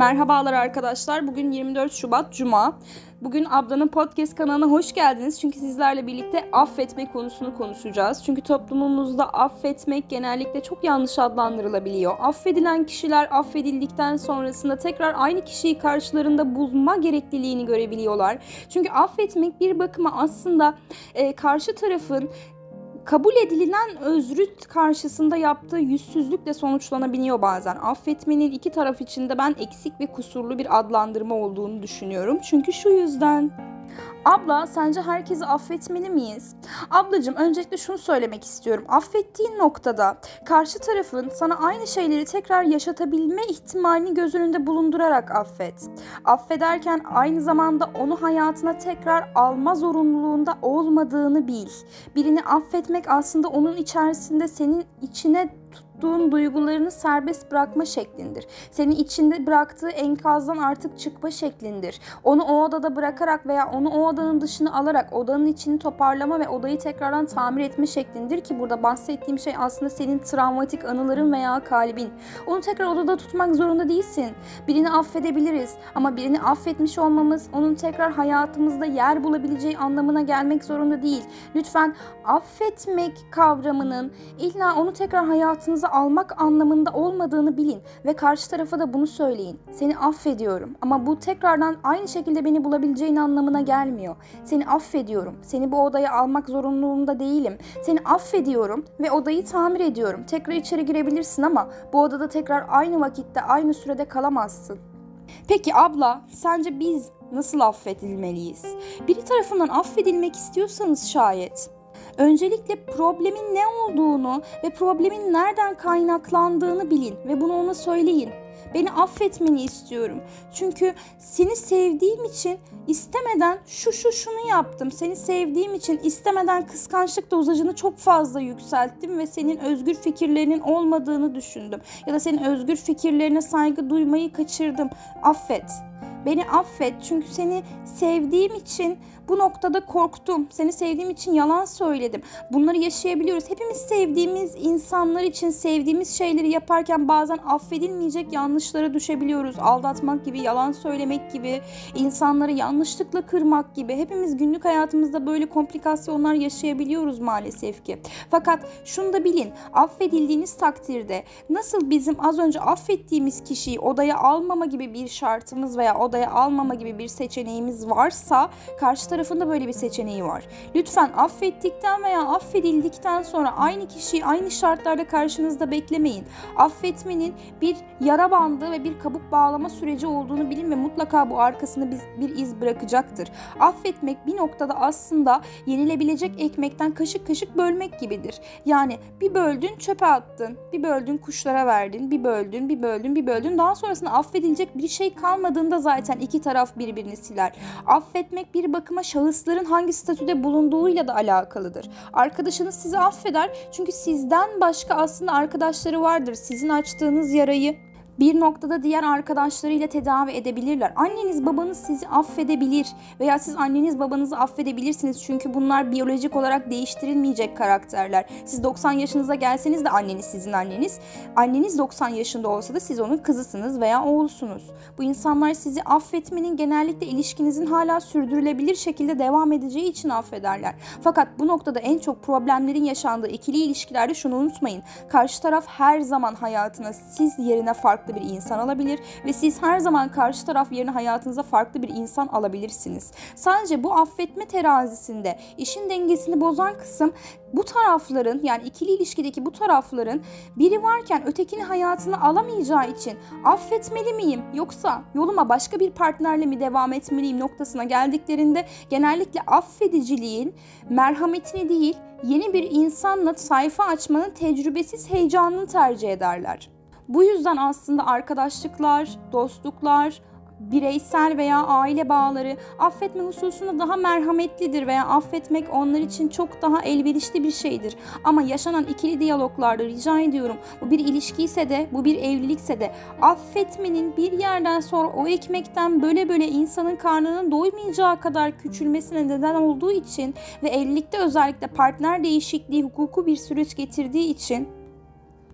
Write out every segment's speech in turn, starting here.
Merhabalar arkadaşlar. Bugün 24 Şubat Cuma. Bugün Ablanın Podcast kanalına hoş geldiniz. Çünkü sizlerle birlikte affetme konusunu konuşacağız. Çünkü toplumumuzda affetmek genellikle çok yanlış adlandırılabiliyor. Affedilen kişiler affedildikten sonrasında tekrar aynı kişiyi karşılarında bulma gerekliliğini görebiliyorlar. Çünkü affetmek bir bakıma aslında karşı tarafın kabul edilen özrü karşısında yaptığı yüzsüzlükle sonuçlanabiliyor bazen. Affetmenin iki taraf için de ben eksik ve kusurlu bir adlandırma olduğunu düşünüyorum. Çünkü şu yüzden... Abla, sence herkesi affetmeli miyiz? Ablacığım, öncelikle şunu söylemek istiyorum. Affettiğin noktada karşı tarafın sana aynı şeyleri tekrar yaşatabilme ihtimalini göz önünde bulundurarak affet. Affederken aynı zamanda onu hayatına tekrar alma zorunluluğunda olmadığını bil. Birini affetmek aslında onun içerisinde senin içine tuttuğun duygularını serbest bırakma şeklindir. Senin içinde bıraktığı enkazdan artık çıkma şeklindir. Onu o odada bırakarak veya onu o odanın dışına alarak odanın içini toparlama ve odayı tekrardan tamir etme şeklindir ki burada bahsettiğim şey aslında senin travmatik anıların veya kalbin. Onu tekrar odada tutmak zorunda değilsin. Birini affedebiliriz ama birini affetmiş olmamız onun tekrar hayatımızda yer bulabileceği anlamına gelmek zorunda değil. Lütfen affetmek kavramının illa onu tekrar hayatınıza almak anlamında olmadığını bilin ve karşı tarafa da bunu söyleyin. Seni affediyorum ama bu tekrardan aynı şekilde beni bulabileceğin anlamına gelmiyor. Seni affediyorum. Seni bu odaya almak zorunluluğunda değilim. Seni affediyorum ve odayı tamir ediyorum. Tekrar içeri girebilirsin ama bu odada tekrar aynı vakitte, aynı sürede kalamazsın. Peki abla, sence biz nasıl affedilmeliyiz? Biri tarafından affedilmek istiyorsanız şayet, öncelikle problemin ne olduğunu ve problemin nereden kaynaklandığını bilin ve bunu ona söyleyin. Beni affetmeni istiyorum. Çünkü seni sevdiğim için istemeden şunu yaptım. Seni sevdiğim için istemeden kıskançlık dozajını çok fazla yükselttim ve senin özgür fikirlerinin olmadığını düşündüm. Ya da senin özgür fikirlerine saygı duymayı kaçırdım. Affet. Beni affet çünkü seni sevdiğim için bu noktada korktum. Seni sevdiğim için yalan söyledim. Bunları yaşayabiliyoruz. Hepimiz sevdiğimiz insanlar için sevdiğimiz şeyleri yaparken bazen affedilmeyecek yanlışlara düşebiliyoruz. Aldatmak gibi, yalan söylemek gibi, insanları yanlışlıkla kırmak gibi. Hepimiz günlük hayatımızda böyle komplikasyonlar yaşayabiliyoruz maalesef ki. Fakat şunu da bilin. Affedildiğiniz takdirde nasıl bizim az önce affettiğimiz kişiyi odaya almama gibi bir şartımız veya odaya almama gibi bir seçeneğimiz varsa karşı tarafında böyle bir seçeneği var. Lütfen affettikten veya affedildikten sonra aynı kişiyi aynı şartlarda karşınızda beklemeyin. Affetmenin bir yara bandı ve bir kabuk bağlama süreci olduğunu bilin ve mutlaka bu arkasında bir iz bırakacaktır. Affetmek bir noktada aslında yenilebilecek ekmekten kaşık kaşık bölmek gibidir. Yani bir böldün çöpe attın, bir böldün kuşlara verdin, bir böldün. Daha sonrasında affedilecek bir şey kalmadığında zaten iki taraf birbirini siler. Affetmek bir bakıma şahısların hangi statüde bulunduğuyla da alakalıdır. Arkadaşınız sizi affeder çünkü sizden başka aslında arkadaşları vardır. Sizin açtığınız yarayı bir noktada diğer arkadaşlarıyla tedavi edebilirler. Anneniz babanız sizi affedebilir veya siz anneniz babanızı affedebilirsiniz. Çünkü bunlar biyolojik olarak değiştirilmeyecek karakterler. Siz 90 yaşınıza gelseniz de anneniz sizin anneniz. Anneniz 90 yaşında olsa da siz onun kızısınız veya oğlusunuz. Bu insanlar sizi affetmenin genellikle ilişkinizin hala sürdürülebilir şekilde devam edeceği için affederler. Fakat bu noktada en çok problemlerin yaşandığı ikili ilişkilerde şunu unutmayın. Karşı taraf her zaman hayatına siz yerine farklı bir insan alabilir ve siz her zaman karşı taraf yerine hayatınıza farklı bir insan alabilirsiniz. Sadece bu affetme terazisinde işin dengesini bozan kısım bu tarafların, yani ikili ilişkideki bu tarafların biri varken ötekini hayatına alamayacağı için affetmeli miyim yoksa yoluma başka bir partnerle mi devam etmeliyim noktasına geldiklerinde genellikle affediciliğin merhametini değil, yeni bir insanla sayfa açmanın tecrübesiz heyecanını tercih ederler. Bu yüzden aslında arkadaşlıklar, dostluklar, bireysel veya aile bağları affetme hususunda daha merhametlidir veya affetmek onlar için çok daha elverişli bir şeydir. Ama yaşanan ikili diyaloglarda rica ediyorum, bu bir ilişkiyse de bu bir evlilikse de affetmenin bir yerden sonra o ekmekten böyle insanın karnının doymayacağı kadar küçülmesine neden olduğu için ve evlilikte özellikle partner değişikliği hukuku bir süreç getirdiği için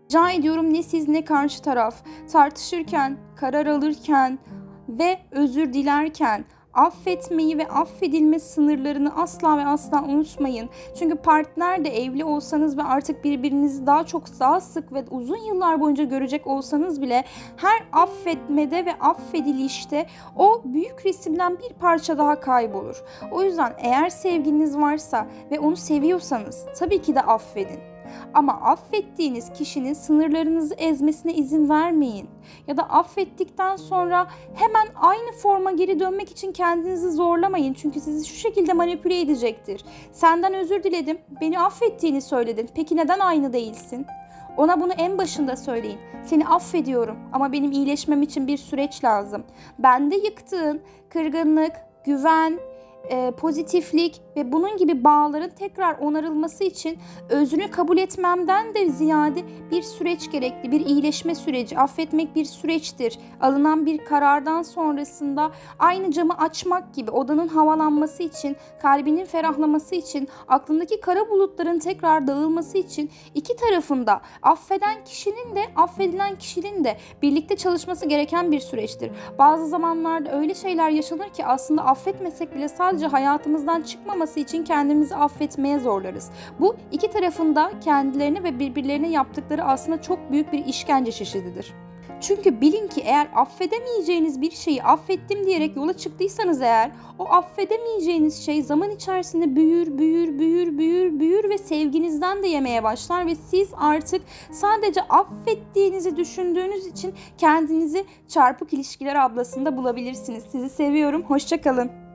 Rica ediyorum ne siz ne karşı taraf tartışırken, karar alırken ve özür dilerken affetmeyi ve affedilme sınırlarını asla ve asla unutmayın. Çünkü partner de evli olsanız ve artık birbirinizi daha sık ve uzun yıllar boyunca görecek olsanız bile her affetmede ve affedilişte o büyük resimden bir parça daha kaybolur. O yüzden eğer sevginiz varsa ve onu seviyorsanız tabii ki de affedin. Ama affettiğiniz kişinin sınırlarınızı ezmesine izin vermeyin. Ya da affettikten sonra hemen aynı forma geri dönmek için kendinizi zorlamayın. Çünkü sizi şu şekilde manipüle edecektir. Senden özür diledim, beni affettiğini söyledin. Peki neden aynı değilsin? Ona bunu en başında söyleyin. Seni affediyorum ama benim iyileşmem için bir süreç lazım. Bende yıktığın kırgınlık, güven, pozitiflik ve bunun gibi bağların tekrar onarılması için özünü kabul etmemden de ziyade bir süreç gerekli, bir iyileşme süreci. Affetmek bir süreçtir. Alınan bir karardan sonrasında aynı camı açmak gibi odanın havalanması için, kalbinin ferahlaması için, aklındaki kara bulutların tekrar dağılması için iki tarafında affeden kişinin de affedilen kişinin de birlikte çalışması gereken bir süreçtir. Bazı zamanlarda öyle şeyler yaşanır ki aslında affetmesek bile sadece hayatımızdan çıkmaması için kendimizi affetmeye zorlarız. Bu iki tarafında kendilerine ve birbirlerine yaptıkları aslında çok büyük bir işkence çeşididir. Çünkü bilin ki eğer affedemeyeceğiniz bir şeyi affettim diyerek yola çıktıysanız eğer o affedemeyeceğiniz şey zaman içerisinde büyür ve sevginizden de yemeye başlar ve siz artık sadece affettiğinizi düşündüğünüz için kendinizi çarpık ilişkiler ablasında bulabilirsiniz. Sizi seviyorum. Hoşça kalın.